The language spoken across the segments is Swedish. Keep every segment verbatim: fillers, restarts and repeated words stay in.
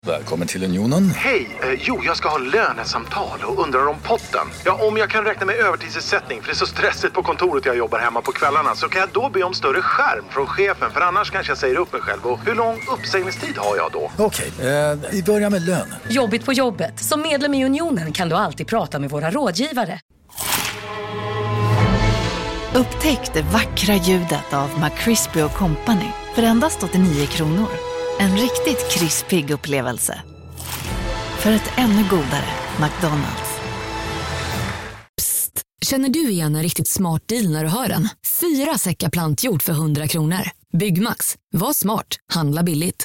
Välkommen till Unionen. Hej, eh, jo jag ska ha lönesamtal och undrar om potten. Ja, om jag kan räkna med övertidsersättning för det är så stressigt på kontoret jag jobbar hemma på kvällarna, så kan jag då be om större skärm från chefen, för annars kanske jag säger upp mig själv. Och hur lång uppsägningstid har jag då? Okej, eh, vi börjar med lön. Jobbigt på jobbet. Som medlem i Unionen kan du alltid prata med våra rådgivare. Upptäck det vackra ljudet av McCrispy och Company för endast åttionio kronor. En riktigt krispig upplevelse. För ett ännu godare McDonald's. Psst, känner du igen en riktigt smart deal när du hör den? Fyra säckar plantjord för hundra kronor. Byggmax, var smart, handla billigt.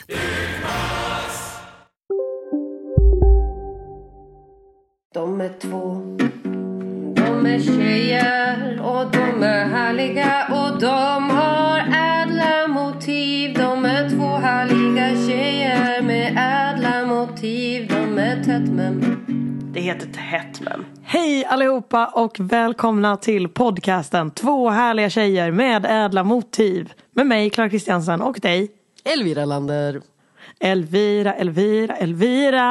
De är två, de är tjejer och de är härliga och de har ädla motiv. De är två härliga tjejer med ädla motiv. De är tätt men. Det heter tätt men. Hej allihopa och välkomna till podcasten Två härliga tjejer med ädla motiv. Med mig Clara Kristiansen och dig Elvira Lander. Elvira, Elvira, Elvira.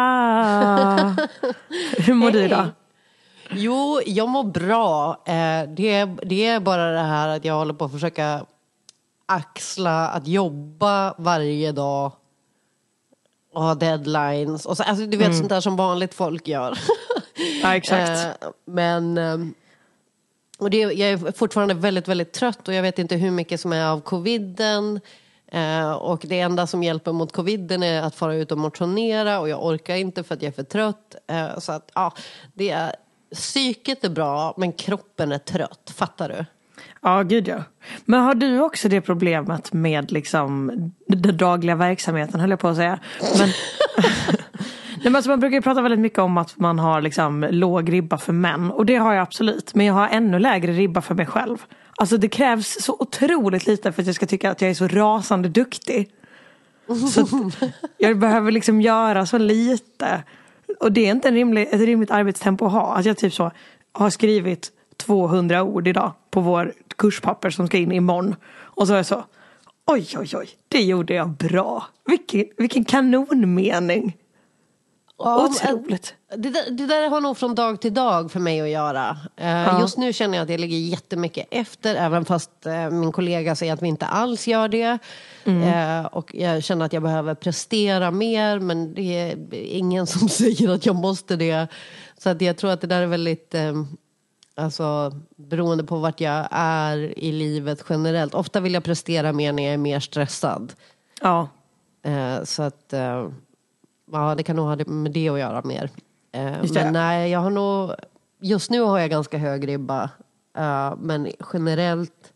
Hur mår hey. du då? Jo, jag mår bra. Det, det är bara det här att jag håller på att försöka axla att jobba varje dag och ha deadlines. Och så, alltså, du vet mm. sånt där som vanligt folk gör. Ja, exakt. Men och det, jag är fortfarande väldigt, väldigt trött och jag vet inte hur mycket som är av coviden. Och det enda som hjälper mot coviden är att fara ut och motionera och jag orkar inte för att jag är för trött. Så att, ja, det är... Psyket är bra, men kroppen är trött. Fattar du? Ja, gud ja. Men har du också det problemet med liksom den dagliga verksamheten, höll jag på att säga. Men, Nej, men alltså man brukar ju prata väldigt mycket om att man har liksom låg ribba för män. Och det har jag absolut. Men jag har ännu lägre ribba för mig själv. Alltså det krävs så otroligt lite för att jag ska tycka att jag är så rasande duktig. Så jag behöver liksom göra så lite. Och det är inte en rimlig, ett rimligt arbetstempo att ha. Alltså jag typ så har skrivit tvåhundra ord idag på vår kurspapper som ska in imorgon. Och så är jag så, oj oj oj, det gjorde jag bra. Vilken, vilken kanonmening. Ja, otroligt. Det där, det där har nog från dag till dag för mig att göra. Ja. Just nu känner jag att jag ligger jättemycket efter. Även fast min kollega säger att vi inte alls gör det. Mm. Och jag känner att jag behöver prestera mer. Men det är ingen som säger att jag måste det. Så att jag tror att det där är väldigt... Alltså beroende på vart jag är i livet generellt. Ofta vill jag prestera mer när jag är mer stressad. Ja. Så att... Ja, det kan nog ha med det att göra mer. Eh, men nej, jag har nog... Just nu har jag ganska hög ribba. Uh, men generellt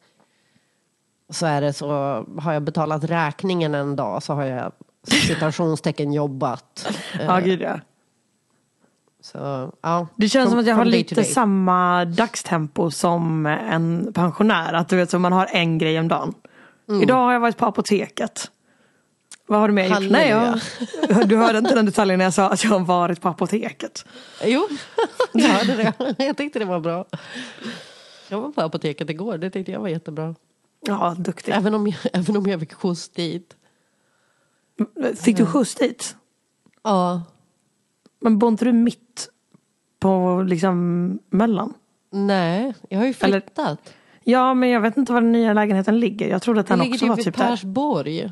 så är det så... Har jag betalat räkningen en dag så har jag citationstecken jobbat. Uh, ja, gud ja. Så, ja. Det känns from, som att jag har lite samma dagstempo som en pensionär. Att du vet, så man har en grej om dagen. Mm. Idag har jag varit på apoteket. Vad har du med gjort? Nej, jag, du hörde inte den detaljen när jag sa att jag har varit på apoteket. Jo, jag hörde det. Jag tyckte det var bra. Jag var på apoteket igår, det tyckte jag var jättebra. Ja, duktig. Även om jag, även om jag fick skjuts dit. Fick du skjuts dit? Ja. Men bor inte du mitt på liksom mellan? Nej, jag har ju flyttat. Eller, ja, men jag vet inte var den nya lägenheten ligger. Jag trodde att den, den också var typ där. Persborg.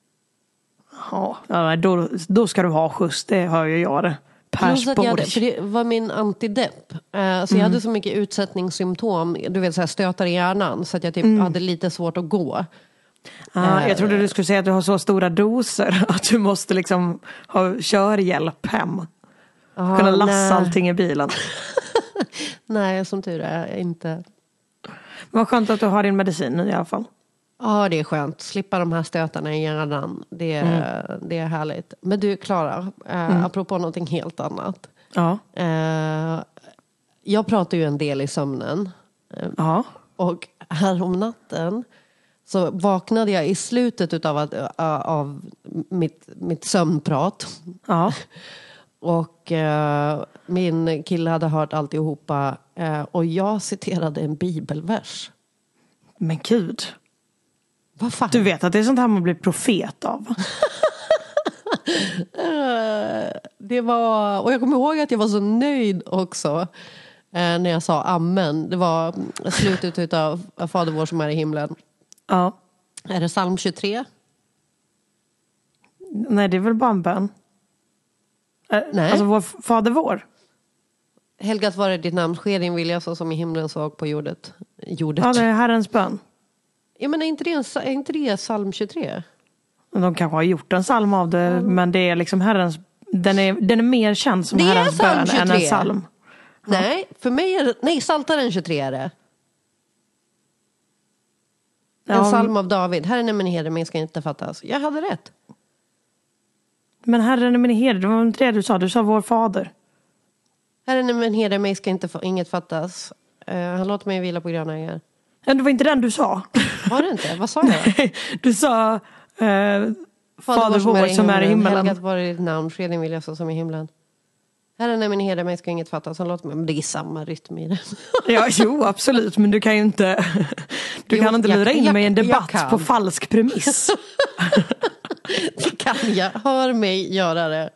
Ja, då, då ska du ha skjuts, det hör ju jag det. Persborg. Jag, för det var min antidepp. Så mm. jag hade så mycket utsättningssymptom. Du vet, så här stötar i hjärnan. Så att jag typ mm. hade lite svårt att gå. Ah, jag trodde du skulle säga att du har så stora doser att du måste liksom ha körhjälp hem. Ah, kunna lassa nej. allting i bilen. Nej, som tur är jag inte. Men vad skönt att du har din medicin nu i alla fall. Ja, det är skönt. Slippa de här stötarna i hjärnan. Det är, mm. det är härligt. Men du, Clara, eh, mm. apropå någonting helt annat. Ja. Eh, jag pratar ju en del i sömnen. Eh, ja. Och här om natten så vaknade jag i slutet utav att, uh, av mitt, mitt sömnprat. Ja. Och uh, min kille hade hört alltihopa. Uh, och jag citerade en bibelvers. Men gud. Vad fan? Du vet att det är sånt här man blir profet av. Det var, och jag kommer ihåg att jag var så nöjd också när jag sa amen. Det var slutet av Fader vår som är i himlen. Ja. Är det psalm tjugotre? Nej, det är väl bara en bön. Nej. Alltså vår Fader vår. Helgat vare ditt namn, ske din vilja så som i himlen så och på jordet. jordet. Ja, det är Herrens bön. Ja, men är inte det, en, är inte det psalm tjugotre? De kanske har gjort en psalm av det, mm. men det är liksom Herrens, den är, den är mer känd som Herrens bön än en psalm. Ja. Nej, för mig är det, nej, Psaltaren tjugotre är det. En ja. psalm av David. Herren är min herde, men ska inte fattas. Jag hade rätt. Men Herren är min herde, det var inte det du sa. Du sa vår Fader. Herren är min herde, mig ska inte få, inget fattas. Uh, han låter mig vila på gröna ängar. Ja, det var inte den du sa. Var det inte? Vad sa jag? Du sa uh, Fader, Fader vår som är i himlen. Är i himlen. Helgat vare ditt namn, ske din vilja så som i himlen. Herren är min herde, mig ska inget fattas. Han låter mig, men det är samma rytm i det. Ja, jo, absolut. Men du kan ju inte du jo, kan inte lura in jag, mig i en debatt på falsk premiss. Det kan jag. Hör mig göra det.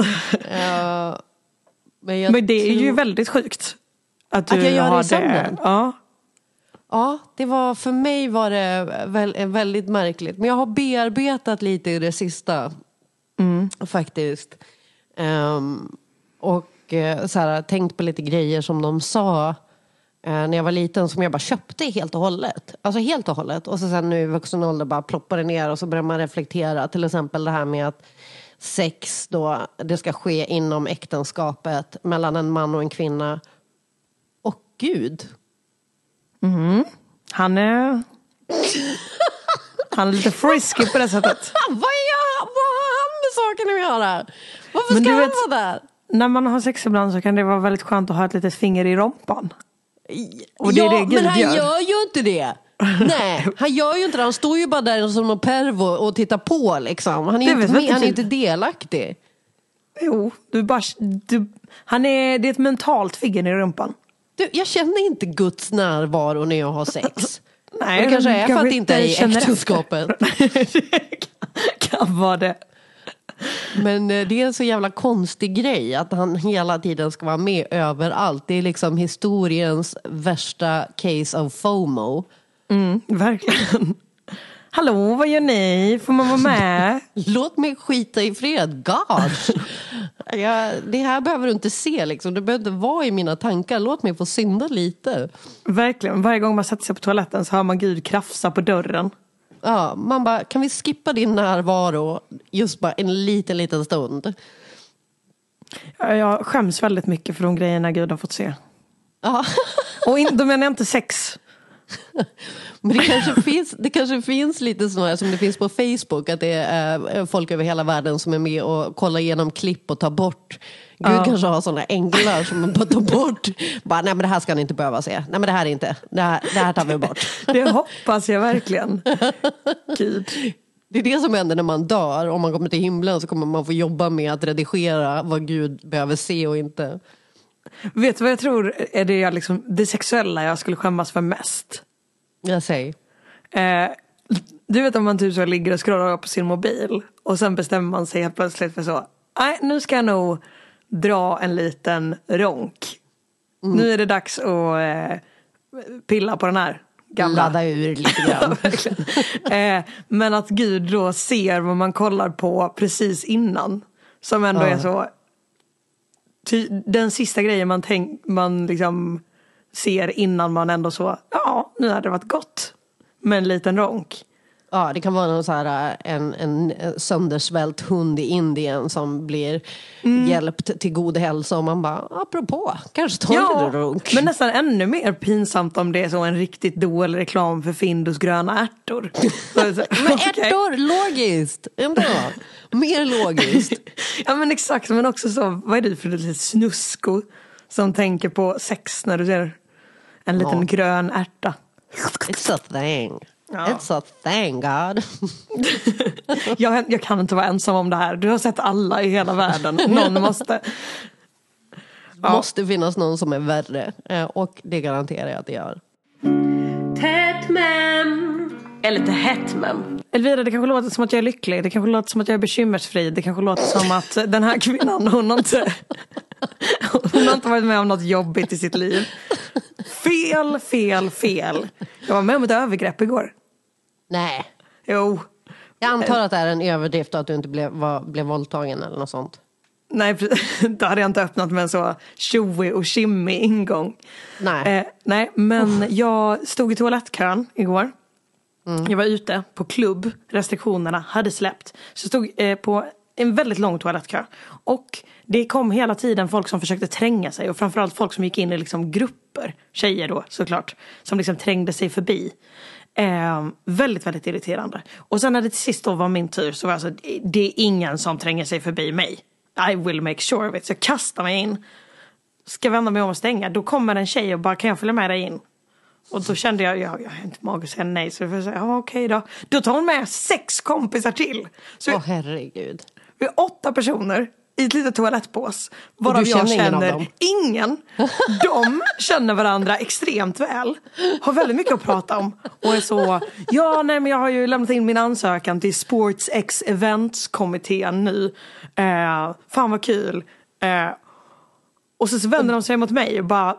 Uh, men, jag men det är tror... ju väldigt sjukt. Att, du att jag gör har det i sömnen. Ja. Ja, det var, för mig var det väl, väldigt märkligt. Men jag har bearbetat lite i det sista. Mm. Faktiskt. Um, och uh, så här, tänkt på lite grejer som de sa uh, när jag var liten. Som jag bara köpte helt och hållet. Alltså helt och hållet. Och så sen nu i vuxen ålder bara ploppade ner. Och så börjar man reflektera. Till exempel det här med att sex då, det ska ske inom äktenskapet. Mellan en man och en kvinna. Och Gud. Mm. Han är han är lite frisky på det sättet. Vad är vad har han med saken att göra? Varför Men ska han vet, vara där? När man har sex ibland så kan det vara väldigt skönt att ha ett litet finger i rompan. Och det ja, är det Gud men han gör. gör ju inte det. Nej, han gör ju inte det. Han står ju bara där som någon pervo och tittar på liksom. Han är, inte, med, han är inte delaktig. Jo, du bara, du, han är, det är ett mentalt finger i rumpan. Du, jag känner inte Guds närvaro när jag har sex. Nej, det kanske är för att det inte är i äktenskapet. Kan vara det. Men det är en så jävla konstig grej att han hela tiden ska vara med överallt. Det är liksom historiens värsta case of FOMO. Mm, verkligen. Hallå, vad gör ni? Får man vara med? Låt mig skita i fred, gosh. Ja, det här behöver du inte se liksom. Du behöver inte vara i mina tankar. Låt mig få synda lite. Verkligen, varje gång man sätter sig på toaletten så hör man Gud krafsa på dörren. Ja, man bara, kan vi skippa din närvaro just bara en liten, liten stund? Ja, jag skäms väldigt mycket för de grejerna Gud har fått se. Ja. Och in, då menar jag inte sex. Men det kanske finns, det kanske finns lite sådana som det finns på Facebook, att det är folk över hela världen som är med och kollar igenom klipp och tar bort. Gud ja. Kanske har sådana änglar som bara tar bort. Bara, nej men det här ska ni inte behöva se. Nej men det här är inte. Det här, det här tar vi bort. Det hoppas jag verkligen. Gud. Det är det som händer när man dör. Om man kommer till himlen så kommer man få jobba med att redigera vad Gud behöver se och inte. Vet du vad jag tror är det, jag liksom, det sexuella jag skulle skämmas för mest? Jag säger. Eh, du vet om man typ så ligger och scrollar på sin mobil och sen bestämmer man sig helt plötsligt för så. Nej, nu ska jag nog dra en liten ronk. Mm. Nu är det dags att eh, pilla på den här gamla. Ladda ur lite grann. eh, men att Gud då ser vad man kollar på precis innan. Som ändå ja. Är så. Ty, den sista grejen man, tänk, man liksom ser innan man ändå så. Ja, nu hade det varit gott med en liten ronk. Ja, det kan vara någon så här, en, en söndersvält hund i Indien som blir mm. hjälpt till god hälsa och man bara, apropå, kanske tar ja, en runk. Men nästan ännu mer pinsamt om det är så en riktigt dålig reklam för Findus gröna ärtor. Men ärtor, logiskt. Ändå. Mer logiskt. Ja men exakt, men också så, vad är det för lite snusko som tänker på sex när du ser en liten ja. Grön ärta? It's a thing. Ja. It's a thing, God. jag, jag kan inte vara ensam om det här. Du har sett alla i hela världen. Någon måste... Ja. Måste finnas någon som är värre. Och det garanterar jag att det gör. Tätt mem. Eller till hett mem. Elvira, det kanske låter som att jag är lycklig. Det kanske låter som att jag är bekymmersfri. Det kanske låter som att den här kvinnan, hon har inte, hon har inte varit med om något jobbigt i sitt liv. Fel, fel, fel. Jag var med om ett övergrepp igår. Nej. Jo. Jag antar att det är en överdrift och att du inte blev, var, blev våldtagen eller något sånt. Nej, då hade jag inte öppnat med en så tjoig och kimmig ingång. Nej. Eh, nej, men oh. jag stod i toalettkön igår. Mm. Jag var ute på klubb. Restriktionerna hade släppt. Så jag stod eh, på en väldigt lång toalettkö. Och det kom hela tiden folk som försökte tränga sig. Och framförallt folk som gick in i liksom grupper. Tjejer då, såklart. Som liksom trängde sig förbi. Eh, väldigt, väldigt irriterande. Och sen när det till sist då var min tur så var jag så, det är ingen som tränger sig förbi mig. I will make sure of it. Så jag kastar mig in. Ska vända mig om och stänga. Då kommer en tjej och bara, kan jag följa med dig in? Och då kände jag, jag, jag har inte mag att säga nej. Så jag får säga, ja okej då. Då tar hon med sex kompisar till. Åh oh, herregud. Vi är åtta personer i ett litet toalettbås. Varav jag känner ingen, ingen. De känner varandra extremt väl. Har väldigt mycket att prata om. Och är så, ja nej men jag har ju lämnat in min ansökan till Sports X Events-kommittén nu. Eh, fan vad kul. Eh, och så, så vänder de sig mot mig och bara,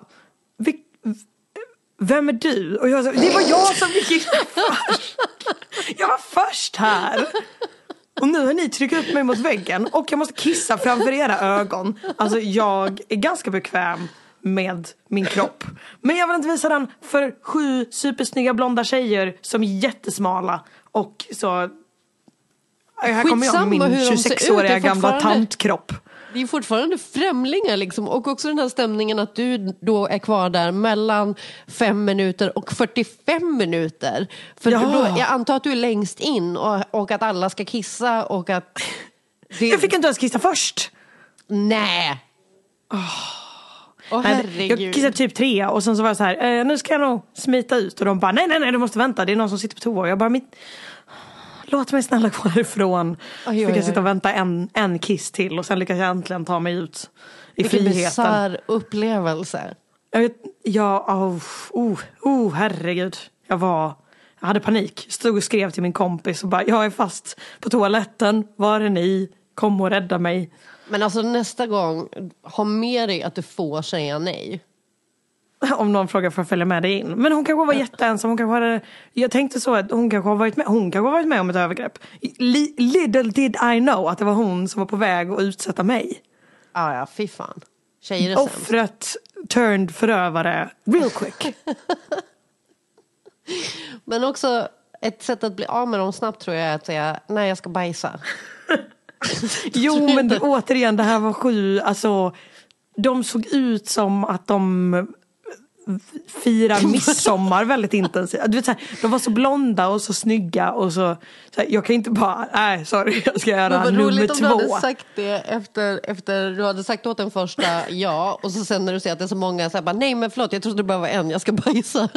vem är du? Och jag sa, det var jag som gick först. Jag var först här. Och nu har ni tryckt upp mig mot väggen. Och jag måste kissa framför era ögon. Alltså jag är ganska bekväm med min kropp. Men jag vill inte visa den för sju supersnygga blonda tjejer som är jättesmala. Och så... Här kommer jag med min tjugosexåriga gamla tantkropp. Det är fortfarande främlingar liksom. Och också den här stämningen att du då är kvar där mellan fem minuter och fyrtiofem minuter. För ja. då, jag antar att du är längst in och, och att alla ska kissa och att... Det... Jag fick inte ens kissa först. Nej. Åh, oh. oh, herregud. Jag kissade typ tre och sen så var jag så här, eh, nu ska jag nog smita ut. Och de bara, nej nej nej du måste vänta, det är någon som sitter på toa. Och jag bara, mitt... låt mig snälla gå härifrån. Så fick jag sitta och vänta en, en kiss till. Och sen lyckades jag äntligen ta mig ut i vilken friheten. Vilken bizarr upplevelse. Jag vet, ja, oh, oh, oh, herregud. Jag var, jag hade panik. Jag stod och skrev till min kompis och bara, jag är fast på toaletten. Var är ni? Kom och rädda mig. Men alltså nästa gång, ha med dig att du får säga nej. Om någon frågar för att följa med dig in. Men hon kanske var jätteensam. Hon kanske hade, jag tänkte så att hon kanske har varit med, hon kanske har varit med om ett övergrepp. Little did I know att det var hon som var på väg att utsätta mig. Ah, ja, fy fan. Tjejer är sämst. Offret turned förövare real quick. Men också ett sätt att bli av med dem snabbt tror jag är att säga, nej jag ska bajsa. Jo men det, återigen det här var sju, alltså de såg ut som att de firar midsommar väldigt intensivt. Du vet, så här, de var så blonda och så snygga och så, så här, jag kan inte bara, nej sorry jag ska göra nummer två. Men vad roligt om du hade sagt det efter, efter du hade sagt åt den första ja och så sen när du ser att det är så många så här, bara, nej men förlåt jag trodde det bara var en, jag ska bajsa.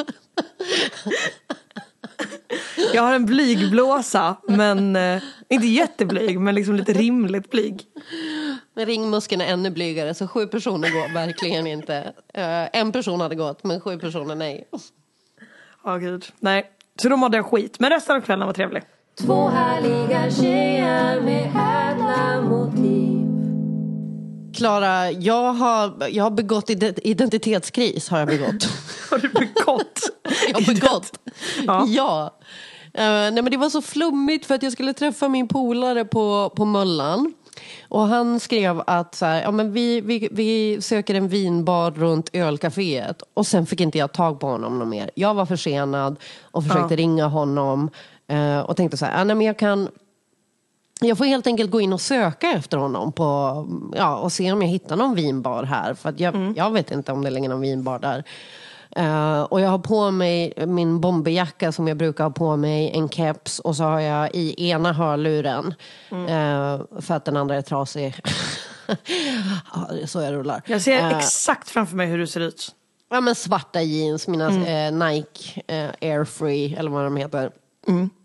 Jag har en blygblåsa men eh, inte jätteblyg men liksom lite rimligt blyg. Men ringmuskeln är ännu blygare så sju personer går verkligen inte. Uh, en person hade gått men sju personer nej. Ja oh, gud, nej. Så då mådde jag skit men resten av kvällen var trevlig. Två härliga tjejer med ädla motiv. Klara, jag har, jag har begått identitetskris har jag begått. Har du begått? Jag har begått. Ja. Ja. Uh, nej men det var så flummigt för att jag skulle träffa min polare på, på Möllan. Och han skrev att så här, ja, men vi, vi, vi söker en vinbar runt ölcaféet. Och sen fick inte jag tag på honom någon mer. Jag var försenad och försökte ja. ringa honom. Uh, och tänkte så här, ja, nej, men jag kan... Jag får helt enkelt gå in och söka efter honom på, ja, och se om jag hittar någon vinbar här. För att jag, mm. jag vet inte om det är längre någon vinbar där. Uh, och jag har på mig min bomberjacka som jag brukar ha på mig, en keps och så har jag i ena hörluren mm. uh, för att den andra är trasig. Ja, det är så jag rullar. Jag ser uh, exakt framför mig hur du ser ut. Ja men svarta jeans, mina mm. uh, Nike uh, Air Free eller vad de heter. Mm.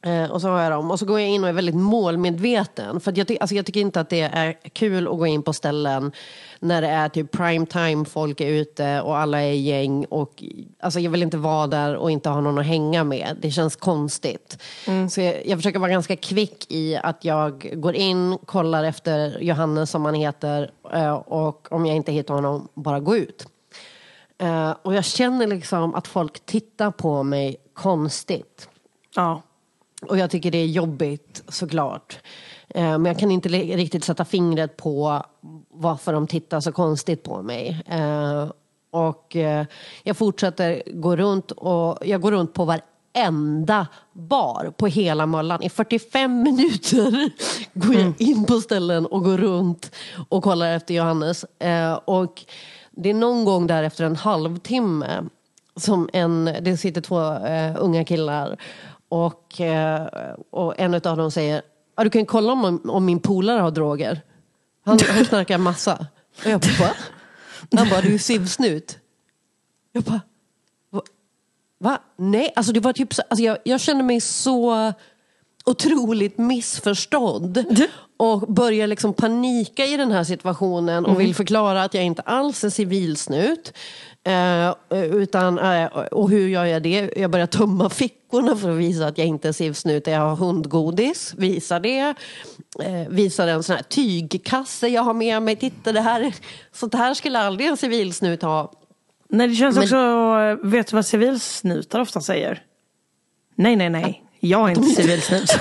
Eh, och så har jag dem. Och så går jag in och är väldigt målmedveten. För att jag, ty- alltså jag tycker inte att det är kul att gå in på ställen när det är typ prime time, folk är ute och alla är i gäng. Och, alltså jag vill inte vara där och inte ha någon att hänga med. Det känns konstigt. Mm. Så jag, jag försöker vara ganska kvick i att jag går in, kollar efter Johannes som han heter. Eh, och om jag inte hittar honom, bara gå ut. Eh, och jag känner liksom att folk tittar på mig konstigt. Ja. Och jag tycker det är jobbigt, såklart. Eh, men jag kan inte le- riktigt sätta fingret på varför de tittar så konstigt på mig. Eh, och eh, jag fortsätter gå runt och jag går runt på varenda bar på hela Möllan. I fyrtiofem minuter går jag in på ställen och går runt och kollar efter Johannes. Eh, och det är någon gång där efter en halvtimme som en, det sitter två eh, unga killar. Och, och en av dem säger, ah, du kan kolla om, om min polare har droger. Han, han snarkar massa. Och jag bara, va? Han bara, du är sivsnut. Jag bara, va? va? Nej, alltså det var typ så, alltså jag, jag kände mig så otroligt missförstådd. Och börjar liksom panika i den här situationen. Och Mm. vill förklara att jag inte alls är civilsnut. Uh, utan, uh, och hur gör jag det? Jag börjar tömma fickorna för att visa att jag inte är sivsnut. Jag har hundgodis, visa det. Uh, visar en sån här tygkasse jag har med mig. Titta, det här, sånt här skulle aldrig en civilsnut ha. Nej, det känns Men, också, vet du vad civilsnutar ofta säger? Nej, nej, nej. Jag är inte civilsnut.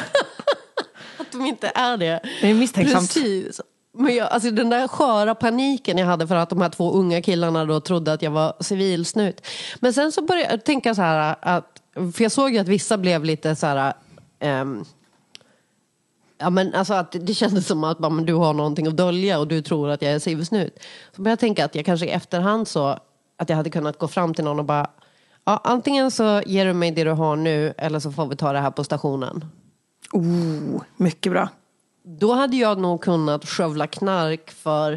Att de inte är det. Det är misstänksamt. Precis. Men jag, alltså den där sköra paniken jag hade för att de här två unga killarna då trodde att jag var civilsnut. Men sen så började jag tänka så här att, för jag såg ju att vissa blev lite så här um, ja men alltså att det kändes som att man, du har någonting att dölja och du tror att jag är civilsnut. Så började jag tänka att jag kanske i efterhand så att jag hade kunnat gå fram till någon och bara, ja, antingen så ger du mig det du har nu eller så får vi ta det här på stationen. Oh, mycket bra. Då hade jag nog kunnat skövla knark för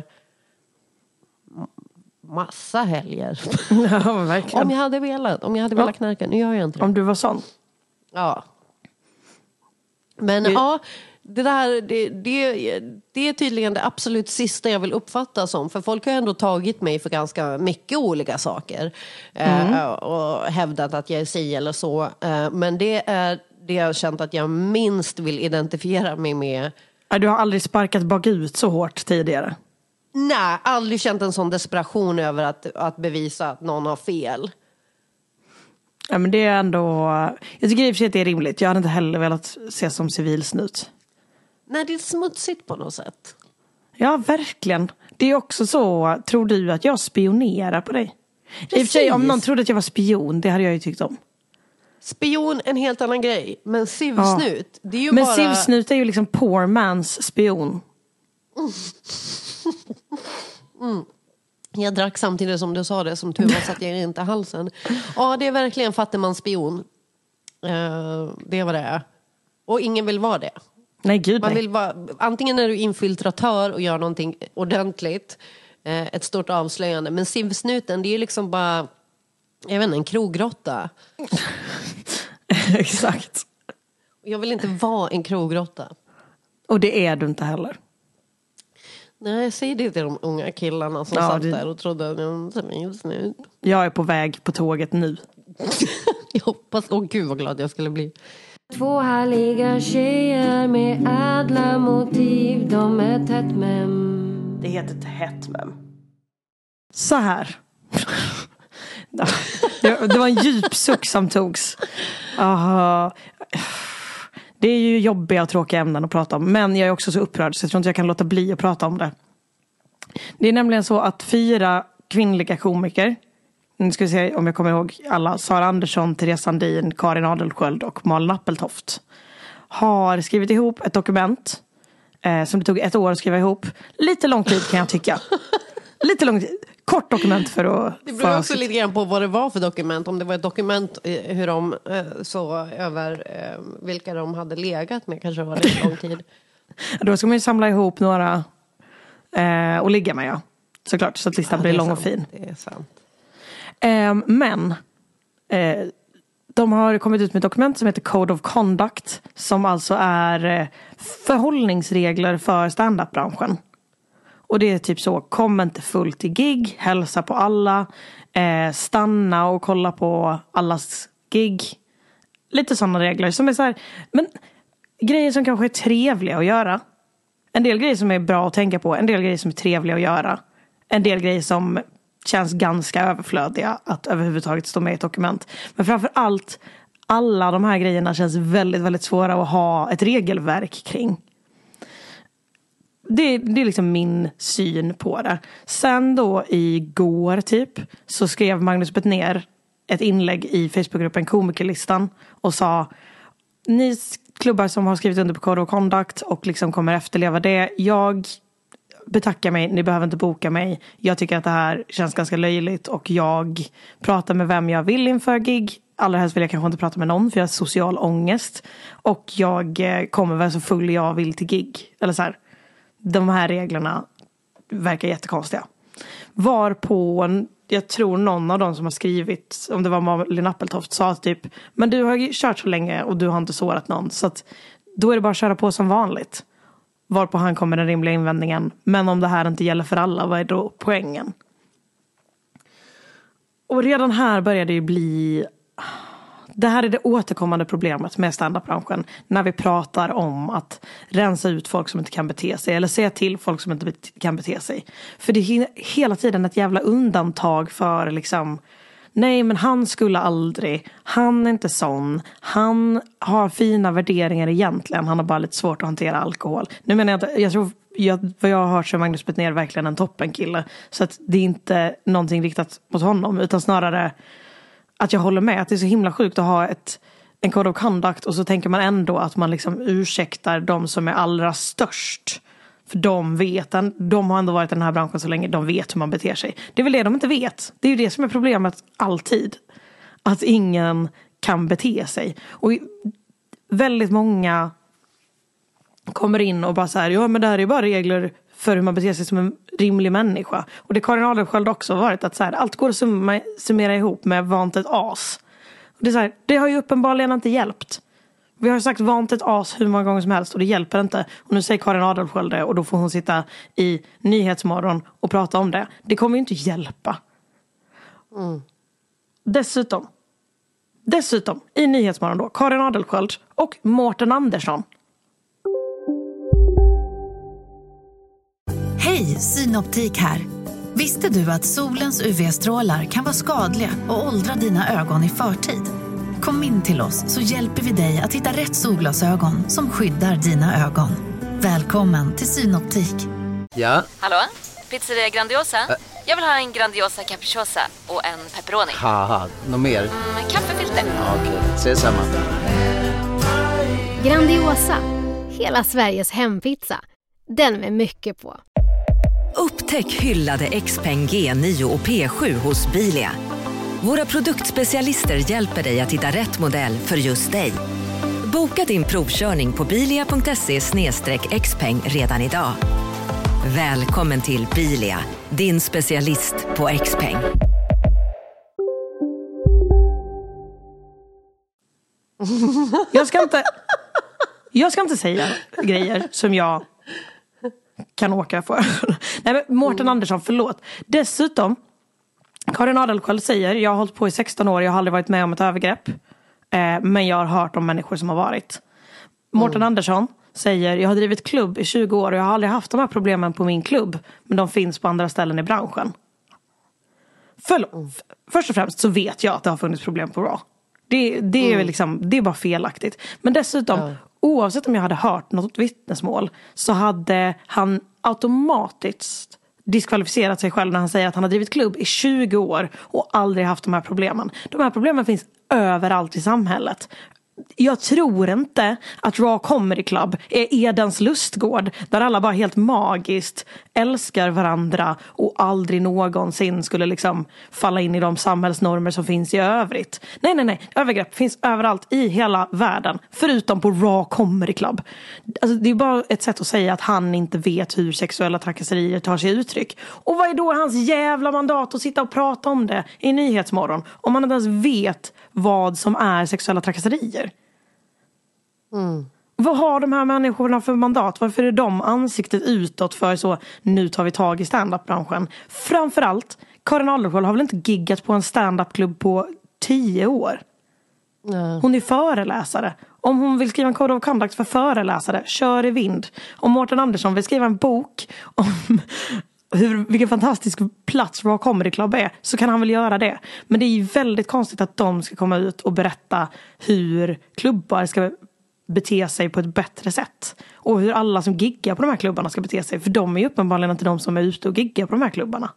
massa helger. Ja, verkligen. Om jag hade velat. Om jag hade Ja. velat knarka. Nu gör jag inte det. Om du var sån. Ja. Men Det- ja, det där det, det, det är tydligen det absolut sista jag vill uppfatta som. För folk har ändå tagit mig för ganska mycket olika saker. Mm. Eh, och hävdat att jag är si eller så. Eh, men det är det jag har känt att jag minst vill identifiera mig med. Ja, du har aldrig sparkat bakut så hårt tidigare. Nej, aldrig känt en sån desperation över att, att bevisa att någon har fel. Ja, men det är ändå... Jag tycker i och för sig att det är rimligt. Jag hade inte heller velat ses som civilsnut. Nej, det är smutsigt på något sätt. Ja, verkligen. Det är också så, tror du att jag spionerar på dig? I och för sig, om någon trodde att jag var spion, det hade jag ju tyckt om. Spion, en helt annan grej. Men sivsnut, ja. Det är ju men bara... Men sivsnut är ju liksom poor man's spion. mm. Jag drack samtidigt som du sa det, som tur var satt jag inte i halsen. Ja, det är verkligen fattigmans spion. Uh, det var det. Och ingen vill vara det. Nej, gud Man nej. vill vara, antingen är du infiltratör och gör någonting ordentligt. Uh, ett stort avslöjande. Men sivsnuten, det är ju liksom bara... Jag vet inte, en krogrotta. Exakt. Jag vill inte vara en krogrotta. Och det är du inte heller. Nej, säg det till de unga killarna som Ja, satt det... där och trodde att de var snut. Jag är på väg på tåget nu. Jag hoppas, åh gud vad glad jag skulle bli. Två härliga tjejer med ädla motiv. De är tätt mem. Det heter tätt mem. Så här. Det var en djup suck som togs. Aha. Det är ju jobbiga och tråkiga ämnen att prata om. Men jag är också så upprörd så jag tror inte jag kan låta bli att prata om det. Det är nämligen så att fyra kvinnliga komiker, nu ska vi se om jag kommer ihåg alla, Sara Andersson, Therese Sandin, Karin Adelsköld och Malin Appeltoft, har skrivit ihop ett dokument eh, som det tog ett år att skriva ihop. Lite lång tid kan jag tycka. Lite lång tid. Kort dokument för att... Det beror också lite grann på vad det var för dokument. Om det var ett dokument hur de så över vilka de hade legat med. Kanske var det lång tid. Då ska man ju samla ihop några eh, och ligga med, ja. Såklart, så att listan Ja, blir lång sant. och fin. Det är sant. Eh, men eh, De har kommit ut med ett dokument som heter Code of Conduct, som alltså är förhållningsregler för stand-up-branschen. Och det är typ så: kom inte fullt i gig, hälsa på alla, eh, stanna och kolla på allas gig. Lite sådana regler som är så här, men grejer som kanske är trevliga att göra. En del grejer som är bra att tänka på, en del grejer som är trevliga att göra. En del grejer som känns ganska överflödiga att överhuvudtaget stå med i ett dokument. Men framför allt, alla de här grejerna känns väldigt, väldigt svåra att ha ett regelverk kring. Det, det är liksom min syn på det. Sen då igår typ så skrev Magnus Bettner ett inlägg i Facebookgruppen Komikerlistan och sa: ni klubbar som har skrivit under på Code of Conduct och liksom kommer efterleva det, jag betackar mig, ni behöver inte boka mig. Jag tycker att det här känns ganska löjligt och jag pratar med vem jag vill inför gig. Allra helst vill jag kanske inte prata med någon för jag har social ångest. Och jag kommer väl så full jag vill till gig. Eller så här. De här reglerna verkar jättekonstiga. Varpå, jag tror någon av dem som har skrivit, om det var Malin Appeltoft, sa typ: men du har ju kört så länge och du har inte sårat någon, så att då är det bara att köra på som vanligt. Varpå han kommer den rimliga invändningen: men om det här inte gäller för alla, vad är då poängen? Och redan här börjar det ju bli... Det här är det återkommande problemet med stand-up-branschen. När vi pratar om att rensa ut folk som inte kan bete sig. Eller säga till folk som inte kan bete sig. För det är hela tiden ett jävla undantag för liksom... Nej, men han skulle aldrig. Han är inte sån. Han har fina värderingar egentligen. Han har bara lite svårt att hantera alkohol. Nu menar jag att jag tror... Jag, vad jag har hört så är Magnus Bettner verkligen en toppenkille. Så att det är inte någonting riktat mot honom. Utan snarare... att jag håller med att det är så himla sjukt att ha ett, en code of conduct och så tänker man ändå att man liksom ursäktar de som är allra störst. För de vet, de har ändå varit i den här branschen så länge, de vet hur man beter sig. Det är väl det de inte vet. Det är ju det som är problemet alltid. Att ingen kan bete sig. Och väldigt många kommer in och bara så här: ja men det här är bara regler för hur man beter sig som en rimlig människa. Och det Karin Adelsköld också har varit att så här, allt går att summa, summera ihop med vant ett as. Och det, är så här, det har ju uppenbarligen inte hjälpt. Vi har sagt vant ett as hur många gånger som helst och det hjälper inte. Och nu säger Karin Adelsköld det och då får hon sitta i Nyhetsmorgon och prata om det. Det kommer ju inte hjälpa. Mm. Dessutom, dessutom i Nyhetsmorgon då, Karin Adelsköld och Mårten Andersson. Hej, Synoptik här. Visste du att solens U V-strålar kan vara skadliga och åldra dina ögon i förtid? Kom in till oss så hjälper vi dig att hitta rätt solglasögon som skyddar dina ögon. Välkommen till Synoptik. Ja? Hallå? Pizzeria Grandiosa? Ä- Jag vill ha en Grandiosa capriciosa och en pepperoni. Haha, något mer? Mm, kaffefilter. Ja, okej, okay. Ses samma. Grandiosa, hela Sveriges hempizza. Den med mycket på. Upptäck hyllade Xpeng G nio och P sju hos Bilia. Våra produktspecialister hjälper dig att hitta rätt modell för just dig. Boka din provkörning på bilia punkt se slash xpeng redan idag. Välkommen till Bilia, din specialist på Xpeng. Jag ska inte, jag ska inte säga grejer som jag kan åka för. Nej, men Mårten mm. Andersson, förlåt. Dessutom, Karin Adelsköld säger: jag har hållit på i sexton år, jag har aldrig varit med om ett övergrepp. Eh, men jag har hört om människor som har varit. Mårten mm. Andersson säger: jag har drivit klubb i tjugo år och jag har aldrig haft de här problemen på min klubb. Men de finns på andra ställen i branschen. För, mm. Först och främst så vet jag att det har funnits problem på Raw. Det, det, är mm. liksom, det är bara felaktigt. Men dessutom, mm. oavsett om jag hade hört något vittnesmål så hade han automatiskt diskvalificerat sig själv när han säger att han har drivit klubb i tjugo år och aldrig haft de här problemen. De här problemen finns överallt i samhället. jag tror inte att Raw Comedy Club är Edens lustgård där alla bara helt magiskt älskar varandra och aldrig någonsin skulle liksom falla in i de samhällsnormer som finns i övrigt. Nej, nej, nej. Övergrepp finns överallt i hela världen förutom på Raw Comedy Club. Alltså, det är bara ett sätt att säga att han inte vet hur sexuella trakasserier tar sig uttryck. Och vad är då hans jävla mandat att sitta och prata om det i Nyhetsmorgon om man inte ens vet vad som är sexuella trakasserier? Mm. Vad har de här människorna för mandat? Varför är de ansiktet utåt för så nu tar vi tag i stand-up-branschen? Framförallt, Karin Adlershöld har väl inte giggat på en stand-up-klubb på tio år? Nej. Hon är föreläsare. Om hon vill skriva en code of conduct för föreläsare, kör i vind. Om Mårten Andersson vill skriva en bok om hur, vilken fantastisk plats Raw Comedy Club är, så kan han väl göra det. Men det är ju väldigt konstigt att de ska komma ut och berätta hur klubbar ska bete sig på ett bättre sätt. Och hur alla som giggar på de här klubbarna ska bete sig. För de är ju uppenbarligen inte de som är ute och giggar på de här klubbarna.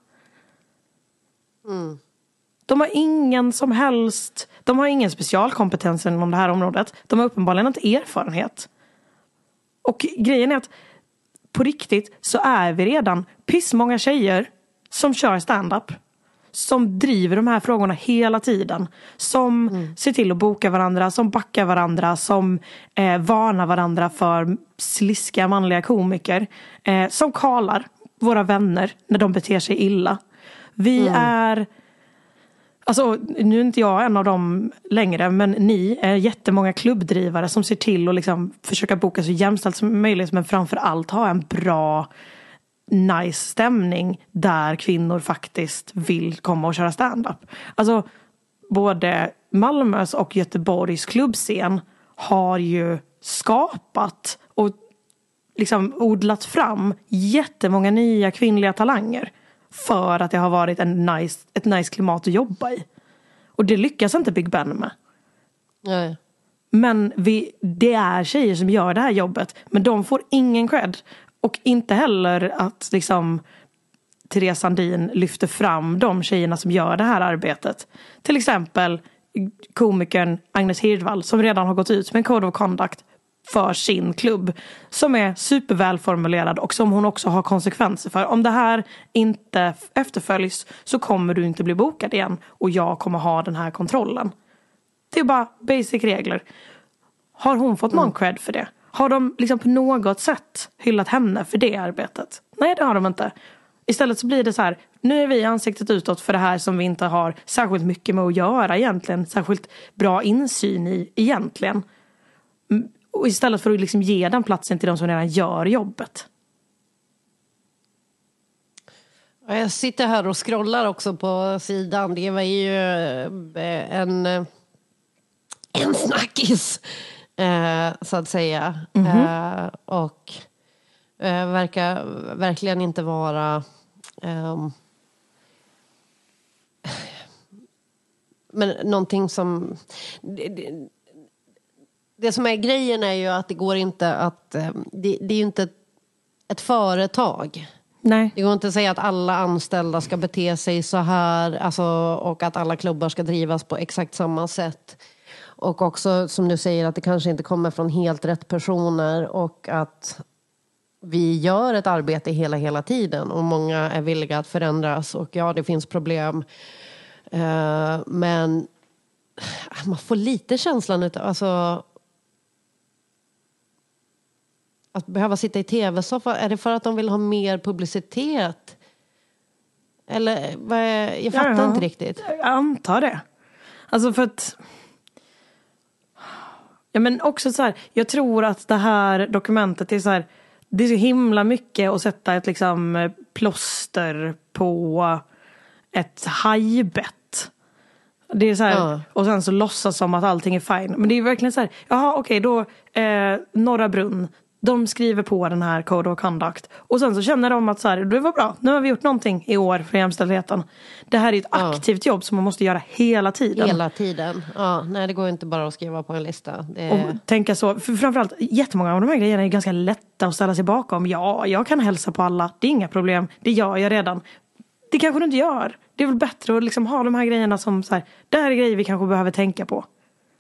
Mm. De har ingen som helst, de har ingen specialkompetens inom det här området. De har uppenbarligen inte erfarenhet. Och grejen är att på riktigt så är vi redan pissmånga tjejer som kör stand-up. Som driver de här frågorna hela tiden. Som mm. ser till att boka varandra. Som backar varandra. Som eh, varnar varandra för sliska manliga komiker. Eh, som kallar våra vänner när de beter sig illa. Vi mm. är... Alltså, nu är inte jag en av dem längre. Men ni är jättemånga klubbdrivare som ser till att liksom försöka boka så jämställt som möjligt. Men framför allt ha en bra... nice stämning där kvinnor faktiskt vill komma och köra stand-up. Alltså både Malmös och Göteborgs klubbscen har ju skapat och liksom odlat fram jättemånga nya kvinnliga talanger för att det har varit en nice, ett nice klimat att jobba i. Och det lyckas inte Big Ben med. Nej. Men vi, det är tjejer som gör det här jobbet, men de får ingen cred. Och inte heller att liksom Therese Sandin lyfter fram de tjejerna som gör det här arbetet. Till exempel komikern Agnes Hirdwall som redan har gått ut med en code of conduct för sin klubb. Som är supervälformulerad och som hon också har konsekvenser för. Om det här inte efterföljs så kommer du inte bli bokad igen. Och jag kommer ha den här kontrollen. Det är bara basic regler. Har hon fått någon cred för det? Har de liksom på något sätt hyllat henne för det arbetet? Nej, det har de inte. Istället så blir det så här, nu är vi ansiktet utåt för det här som vi inte har särskilt mycket med att göra egentligen. Särskilt bra insyn i egentligen. Och istället för att liksom ge den platsen till de som redan gör jobbet. Jag sitter här och scrollar också på sidan. Det var ju en, en snackis. Eh, så att säga. Mm-hmm. Eh, och eh, verkar verkligen inte vara eh, men någonting som det, det, det som är grejen är ju att det går inte att eh, det, det är ju inte ett, ett företag. Nej. Det går inte att säga att alla anställda ska bete sig så här, alltså, och att alla klubbar ska drivas på exakt samma sätt. Och också som du säger att det kanske inte kommer från helt rätt personer och att vi gör ett arbete hela hela tiden och många är villiga att förändras och ja, det finns problem. Uh, men man får lite känslan utav, alltså att behöva sitta i tv-soffa, är det för att de vill ha mer publicitet? Eller vad är, jag fattar ja, inte riktigt. Jag antar det. Alltså för att ja, men också så här, jag tror att det här dokumentet är så här, det är så himla mycket att sätta ett liksom plåster på ett hajbett. Det är så här, ja. Och sen så låtsas som att allting är fine. Men det är verkligen så här, jaha okej då eh, Norra Brunn, de skriver på den här code of conduct. Och sen så känner de att så här, det var bra, nu har vi gjort någonting i år för jämställdheten. Det här är ett ja. aktivt jobb som man måste göra hela tiden. Hela tiden, ja. Nej, det går inte bara att skriva på en lista. Det... Och tänka så, för framförallt jättemånga av de här grejerna är ganska lätta att ställa sig bakom. Ja, jag kan hälsa på alla, det är inga problem, det gör jag redan. Det kanske du inte gör. Det är väl bättre att liksom ha de här grejerna som så här, det här är grejer vi kanske behöver tänka på.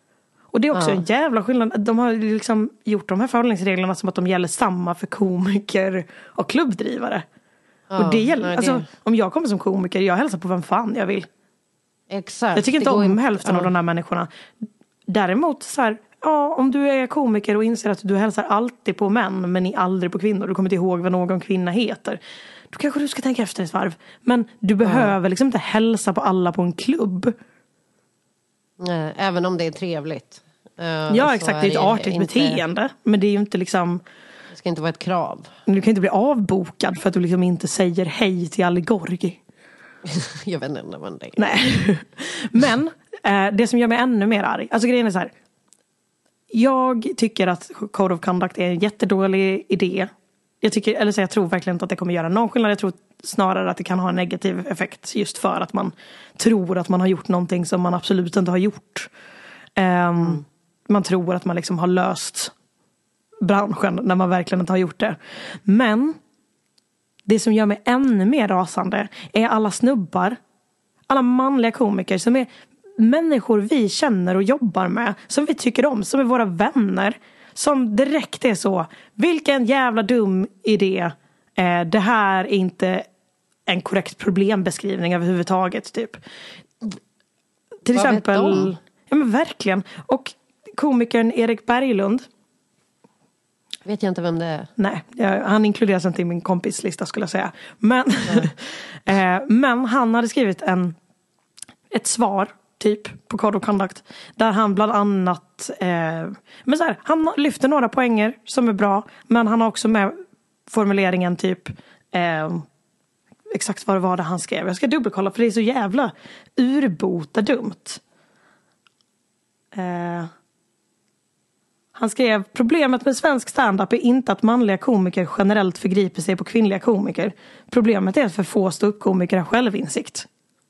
Och det är också Ja. en jävla skillnad. De har liksom gjort de här förhållningsreglerna som att de gäller samma för komiker och klubbdrivare. Ja, och det gäller, nej, alltså, det- om jag kommer som komiker, jag hälsar på vem fan jag vill. Exakt. Jag tycker inte Det går om in- hälften ja. av de här människorna. Däremot så här, ja, om du är komiker och inser att du hälsar alltid på män men aldrig på kvinnor, du kommer inte ihåg vad någon kvinna heter, då kanske du ska tänka efter ett varv. Men du behöver liksom inte hälsa på alla på en klubb. Nej, även om det är trevligt. Eh, Ja, så exakt, är det är ett artigt inte- beteende. Men det är ju inte liksom... Det ska inte vara ett krav. Du kan inte bli avbokad för att du liksom inte säger hej till Allegorgi. Jag vet inte vad det är. Nej. Men eh, det som gör mig ännu mer arg, alltså grejen är så här. Jag tycker att Code of Conduct är en jättedålig idé. Jag tycker, eller så jag tror verkligen inte att det kommer göra någon skillnad. Jag tror snarare att det kan ha en negativ effekt just för att man tror att man har gjort någonting som man absolut inte har gjort. Um, mm. Man tror att man liksom har löst branschen när man verkligen inte har gjort det. Men det som gör mig ännu mer rasande är alla snubbar, alla manliga komiker som är människor vi känner och jobbar med, som vi tycker om, som är våra vänner, som direkt är så, vilken jävla dum idé, eh, det här är inte en korrekt problembeskrivning överhuvudtaget typ. Till Vad exempel vet de? Ja men verkligen. Och komikern Erik Berglund, Vet jag inte vem det är. nej, jag, han inkluderas inte i min kompislista skulle jag säga. Men, eh, men han hade skrivit en, ett svar typ på Code of Conduct där han bland annat eh, men så här, han lyfter några poänger som är bra, men han har också med formuleringen typ eh, exakt vad det var det han skrev. Jag ska dubbelkolla för det är så jävla urbota dumt. Eh, han skrev, problemet med svensk stand-up är inte att manliga komiker generellt förgriper sig på kvinnliga komiker. Problemet är att för få ståuppkomiker har självinsikt.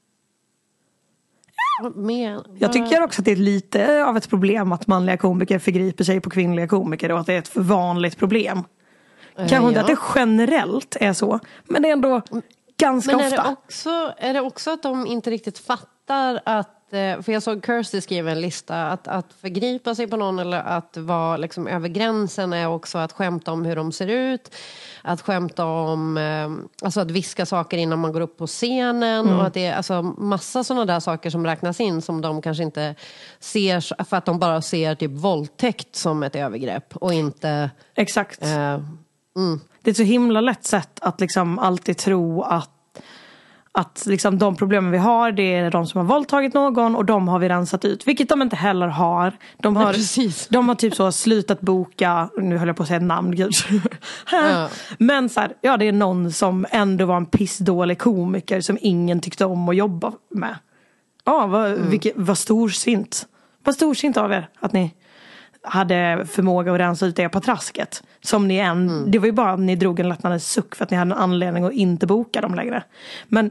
Men, Jag tycker också att det är lite av ett problem att manliga komiker förgriper sig på kvinnliga komiker och att det är ett för vanligt problem. Kanske ja. inte att det generellt är så, men det är ändå ganska Men är ofta. det, också, är det också att de inte riktigt fattar att, för jag såg Kirsty skriva en lista, att, att förgripa sig på någon eller att vara liksom över gränsen är också att skämta om hur de ser ut, att skämta om, alltså att viska saker innan man går upp på scenen mm. och att det är alltså massa sådana där saker som räknas in som de kanske inte ser för att de bara ser typ våldtäkt som ett övergrepp och inte... Exakt. Eh, mm. Det är ett så himla lätt sätt att liksom alltid tro att Att liksom de problemen vi har, det är de som har våldtagit någon och de har vi rensat ut. Vilket de inte heller har. De har, Nej, de har typ så slutat boka, nu höll jag på att säga namn, gud. Ja. Men så här, ja det är någon som ändå var en pissdålig komiker som ingen tyckte om att jobba med. Ja, vad, mm. vilket, vad storsint. Vad storsint av er att ni hade förmåga att rensa ut det på trasket. Som ni än, mm. det var ju bara att ni drog en lättnadens suck för att ni hade en anledning att inte boka dem längre. Men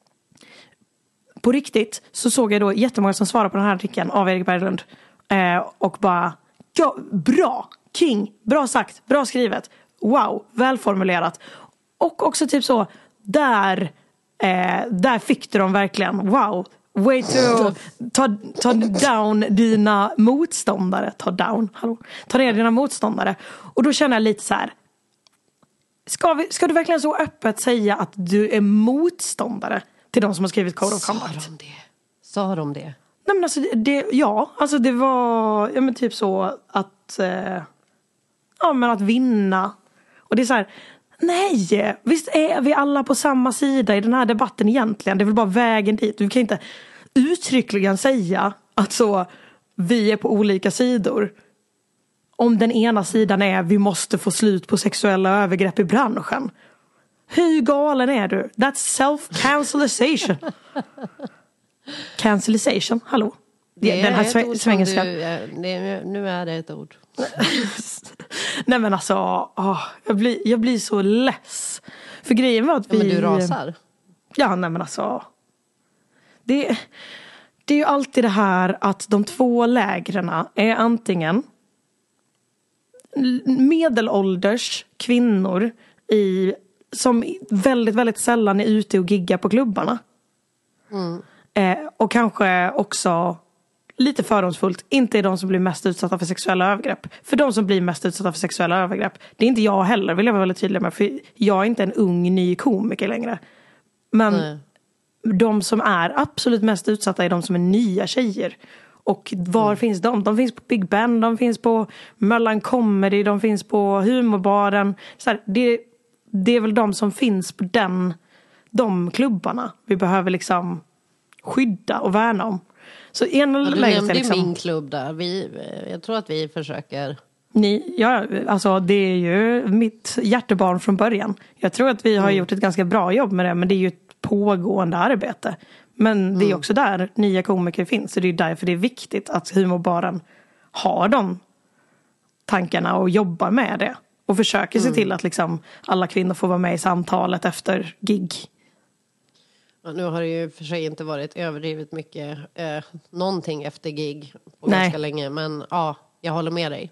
på riktigt så såg jag då jättemånga som svarade på den här artikeln av Erik Berglund. Eh, och bara, ja, bra, king, bra sagt, bra skrivet. Wow, välformulerat. Och också typ så, där, eh, där fick du dem verkligen, wow. Way to ta, ta down dina motståndare. Ta down, hallå. Ta ner dina motståndare. Och då känner jag lite så här. Ska, vi, ska du verkligen så öppet säga att du är motståndare till de som har skrivit Code of Conduct? Sa de det? Sa de det? Nej men alltså, det, ja. Alltså det var, ja men typ så att, eh, ja men att vinna. Och det är så här, nej, visst är vi alla på samma sida i den här debatten egentligen. Det är väl bara vägen dit. Du kan inte uttryckligen säga att så, vi är på olika sidor. Om den ena sidan är vi måste få slut på sexuella övergrepp i branschen. Hur galen är du? That's self-cancellation. Cancellation, hallå? Det den här är ett ord svengelska. som du, det, nu är det ett ord. Nej men alltså, åh, jag, blir, jag blir så less. För grejen var att vi... Ja, men du rasar. Ja, nej men alltså. Det, det är ju alltid det här att de två lägrena är antingen medelålders kvinnor i, som väldigt, väldigt sällan är ute och giggar på klubbarna. Mm. Eh, och kanske också lite fördomsfullt, inte är de som blir mest utsatta för sexuella övergrepp. För de som blir mest utsatta för sexuella övergrepp, det är inte jag heller, vill jag vara väldigt tydlig med. För jag är inte en ung ny komiker längre. Men Nej. de som är absolut mest utsatta är de som är nya tjejer. Och var mm. finns de? De finns på Big Ben, de finns på Möllan Comedy, de finns på Humorbaren. Så här, det, det är väl de som finns på den, de klubbarna vi behöver liksom skydda och värna om. Så en ja, du nämnde liksom... min klubb där. Vi, jag tror att vi försöker... Ni, ja, alltså det är ju mitt hjärtebarn från början. Jag tror att vi har mm. gjort ett ganska bra jobb med det, men det är ju ett pågående arbete. Men mm. det är också där nya komiker finns. Så det är därför det är viktigt att Humorbaren har de tankarna och jobbar med det. Och försöker mm. se till att liksom alla kvinnor får vara med i samtalet efter gig. Ja, nu har det ju för sig inte varit överdrivet mycket eh, någonting efter gig på Nej. ganska länge. Men ja, jag håller med dig.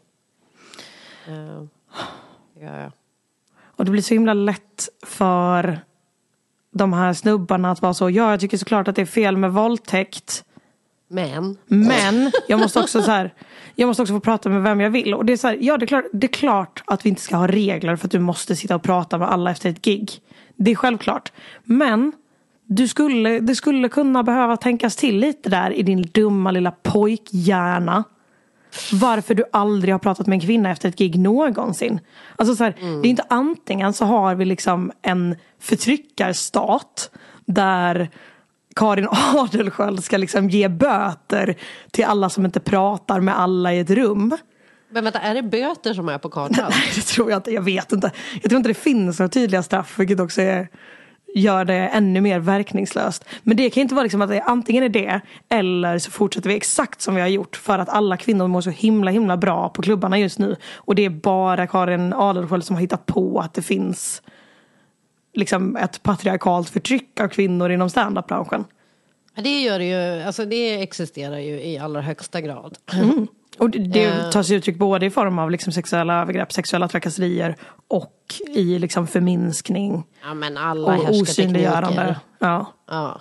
Uh, ja, ja. Och det blir så himla lätt för de här snubbarna att vara så, ja, jag tycker såklart att det är fel med våldtäkt. Men Men jag måste också så här, jag måste också få prata med vem jag vill. Och det är så här, ja, det är klart, det är klart att vi inte ska ha regler för att du måste sitta och prata med alla efter ett gig. Det är självklart. Men du skulle, det skulle kunna behöva tänkas till lite där i din dumma lilla pojkhjärna. Varför du aldrig har pratat med en kvinna efter ett gig någonsin. Alltså så här, mm. det är inte antingen så har vi liksom en förtryckarstat där Karin Adelsköld ska liksom ge böter till alla som inte pratar med alla i ett rum. Men vänta, är det böter som är på kartan? Nej, det tror jag inte, jag vet inte. Jag tror inte det finns några tydliga straff, vilket också är... gör det ännu mer verkningslöst. Men det kan inte vara liksom att det antingen är det eller så fortsätter vi exakt som vi har gjort för att alla kvinnor mår så himla himla bra på klubbarna just nu. Och det är bara Karin Adelsköld som har hittat på att det finns liksom ett patriarkalt förtryck av kvinnor inom stand-up-branschen. Det gör det ju, alltså det existerar ju i allra högsta grad. Mm. Och det, det tar sig uttryck både i form av liksom sexuella övergrepp, sexuella trakasserier och i liksom förminskning. Ja, men alla och osynliggörande. Ja. Ja.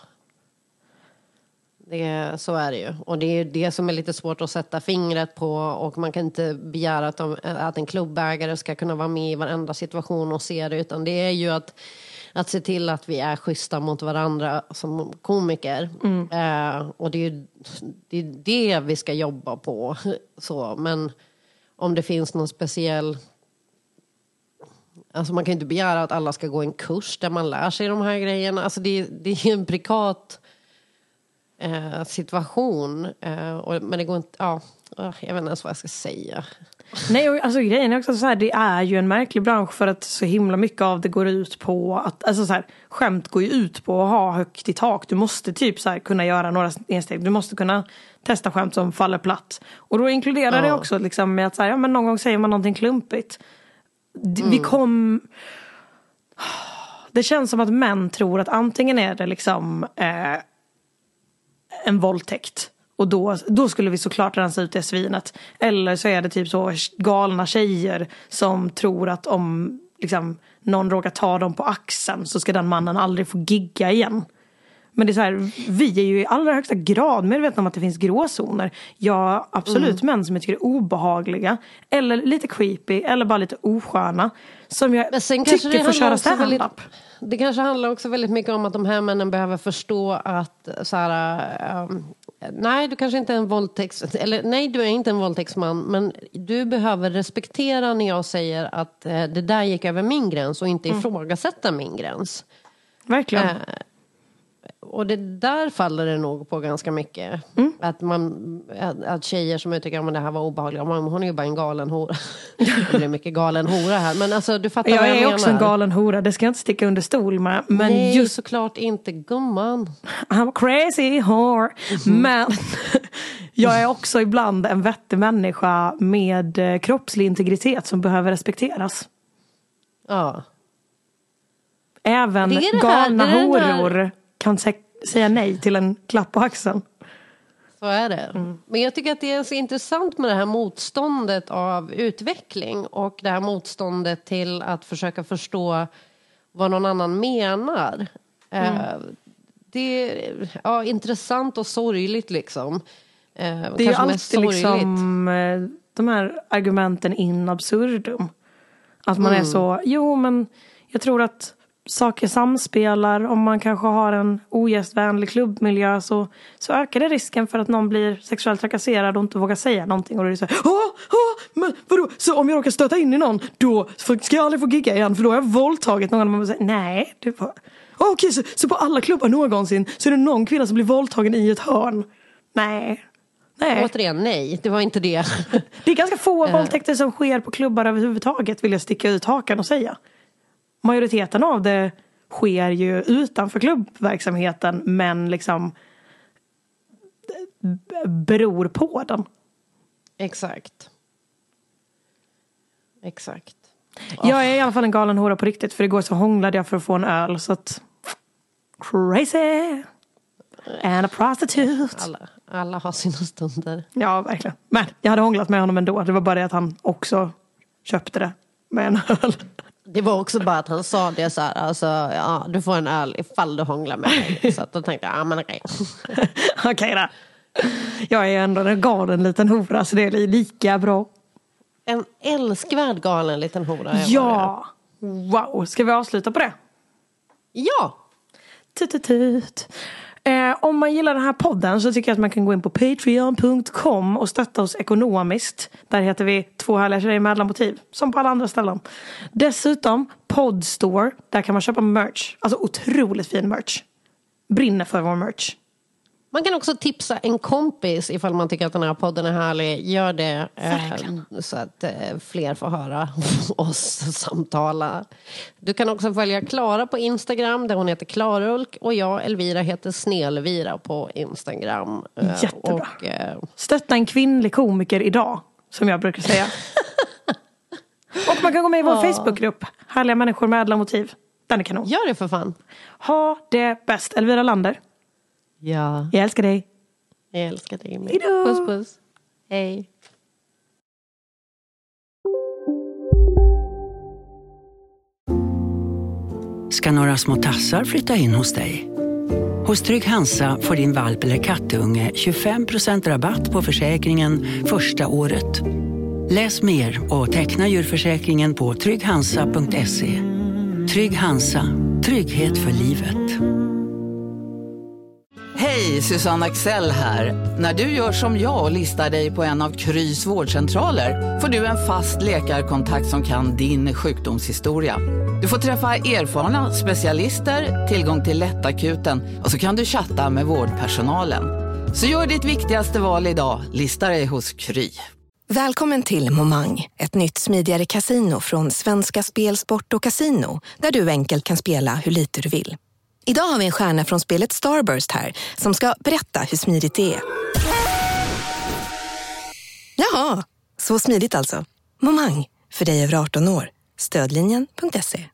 Det, så är det ju. Och det är ju det som är lite svårt att sätta fingret på. Och man kan inte begära att, de, att en klubbägare ska kunna vara med i varenda situation och se det. Utan det är ju att, att se till att vi är schyssta mot varandra som komiker. Mm. Eh, och det är ju det, är det vi ska jobba på. Så, men om det finns någon speciell... Alltså man kan inte begära att alla ska gå en kurs där man lär sig de här grejerna. Alltså det, det är en prekat eh, situation. Eh, och, men det går inte... Ja, jag vet inte ens vad jag ska säga. Nej, alltså grejen är också så här, det är ju en märklig bransch för att så himla mycket av det går ut på att, alltså så här, skämt går ju ut på att ha högt i tak. Du måste typ så här kunna göra några insteg. Du måste kunna testa skämt som faller platt. Och då inkluderar ja. det också liksom med att så här, ja men någon gång säger man någonting klumpigt. Mm. Vi kom... Det känns som att män tror att antingen är det liksom eh, en våldtäkt. Och då, då skulle vi såklart rensa ut det svinet. Eller så är det typ så galna tjejer som tror att om liksom, någon råkar ta dem på axeln så ska den mannen aldrig få gigga igen. Men det är så här, vi är ju i allra högsta grad medvetna om att det finns gråzoner. Ja, absolut mm. män som jag tycker är obehagliga. Eller lite creepy, eller bara lite osköna. Som jag tycker får köra stand-up. Det kanske handlar också väldigt mycket om att de här männen behöver förstå att så här, um, nej, du kanske inte är en våldtäkt, eller nej, du är inte en våldtäktsman, men du behöver respektera när jag säger att uh, det där gick över min gräns och inte mm. ifrågasätta min gräns. Verkligen. Uh, och det där faller det nog på ganska mycket. Mm. Att, man, att, att tjejer som uttrycker att det här var obehagligt. Hon är ju bara en galen hora. Det blir mycket galen hora här. Men alltså, du fattar jag vad jag menar. Jag är också en galen hora. Det ska jag inte sticka under stol med. Men nej, just... såklart inte. Gumman. I'm a crazy whore. Mm. Men jag är också ibland en vettig människa med kroppslig integritet som behöver respekteras. Ja. Även det det galna här, horor där... kan sä- säga nej till en klapp på axeln. Så är det. Mm. Men jag tycker att det är så intressant med det här motståndet av utveckling och det här motståndet till att försöka förstå vad någon annan menar. Mm. Eh, det är ja, intressant och sorgligt liksom. Eh, det är ju alltid liksom eh, de här argumenten in absurdum. Att man mm. är så, jo men jag tror att saker samspelar. Om man kanske har en ogästvänlig klubbmiljö så, så ökar det risken för att någon blir sexuellt trakasserad och inte vågar säga någonting. Och då är det så här, åh, åh, men vadå? Så om jag råkar stöta in i någon, då ska jag aldrig få gigga igen, för då har jag våldtagit någon. Och man säger, nej, det var... Oh, okej, så, så på alla klubbar någonsin så är det någon kvinna som blir våldtagen i ett hörn. Nej. Nej. Återigen, nej, det var inte det. Det är ganska få våldtäkter som sker på klubbar överhuvudtaget, vill jag sticka ut hakan och säga. Majoriteten av det sker ju utanför klubbverksamheten, men liksom beror på den. Exakt. Exakt. Jag är i alla fall en galen hora på riktigt, för igår så hånglade jag för att få en öl, så att crazy and a prostitute. Alla, alla har sina stunder. Ja, verkligen. Men jag hade hånglat med honom ändå. Det var bara det att han också köpte det med en öl. Det var också bara att han sa det så här, alltså, ja, du får en öl ifall du hånglar med mig. Så att då tänkte jag, ja men okej. Okej då. Jag är ändå en galen liten hora, så det är lika bra. En älskvärd galen liten hora. Ja, wow. Ska vi avsluta på det? Ja. Tut, tut, tut. Eh, om man gillar den här podden så tycker jag att man kan gå in på patreon punkt com och stötta oss ekonomiskt. Där heter vi Två härliga tjejer med ädla-motiv, som på alla andra ställen. Dessutom Podstore, där kan man köpa merch. Alltså otroligt fin merch. Brinner för vår merch. Man kan också tipsa en kompis ifall man tycker att den här podden är härlig. Gör det eh, så att eh, fler får höra oss samtala. Du kan också följa Klara på Instagram, där hon heter Klarulk. Och jag, Elvira, heter Snelvira på Instagram. Eh, Jättebra. Och, eh, stötta en kvinnlig komiker idag, som jag brukar säga. Och man kan gå med i vår ja. Facebookgrupp, Härliga människor med ädla motiv. Den är kanon. Gör det för fan. Ha det bäst. Elvira Lander. Ja. Jag älskar dig. Jag älskar dig med. Hejdå. Puss puss. Hej. Ska några små tassar flytta in hos dig? Hos Trygg Hansa får din valp eller kattunge tjugofem procent rabatt på försäkringen första året. Läs mer och teckna djurförsäkringen på trygg hansa punkt se. Trygg Hansa. Trygghet för livet. Hej, Susanne Axel här. När du gör som jag och listar dig på en av Krys vårdcentraler får du en fast läkarkontakt som kan din sjukdomshistoria. Du får träffa erfarna specialister, tillgång till lättakuten och så kan du chatta med vårdpersonalen. Så gör ditt viktigaste val idag, lista dig hos Kry. Välkommen till Momang, ett nytt smidigare casino från Svenska Spel, Sport och Casino, där du enkelt kan spela hur lite du vill. Idag har vi en stjärna från spelet Starburst här som ska berätta hur smidigt det är. Jaha, så smidigt alltså. Momang, för dig över arton år. Stödlinjen punkt se.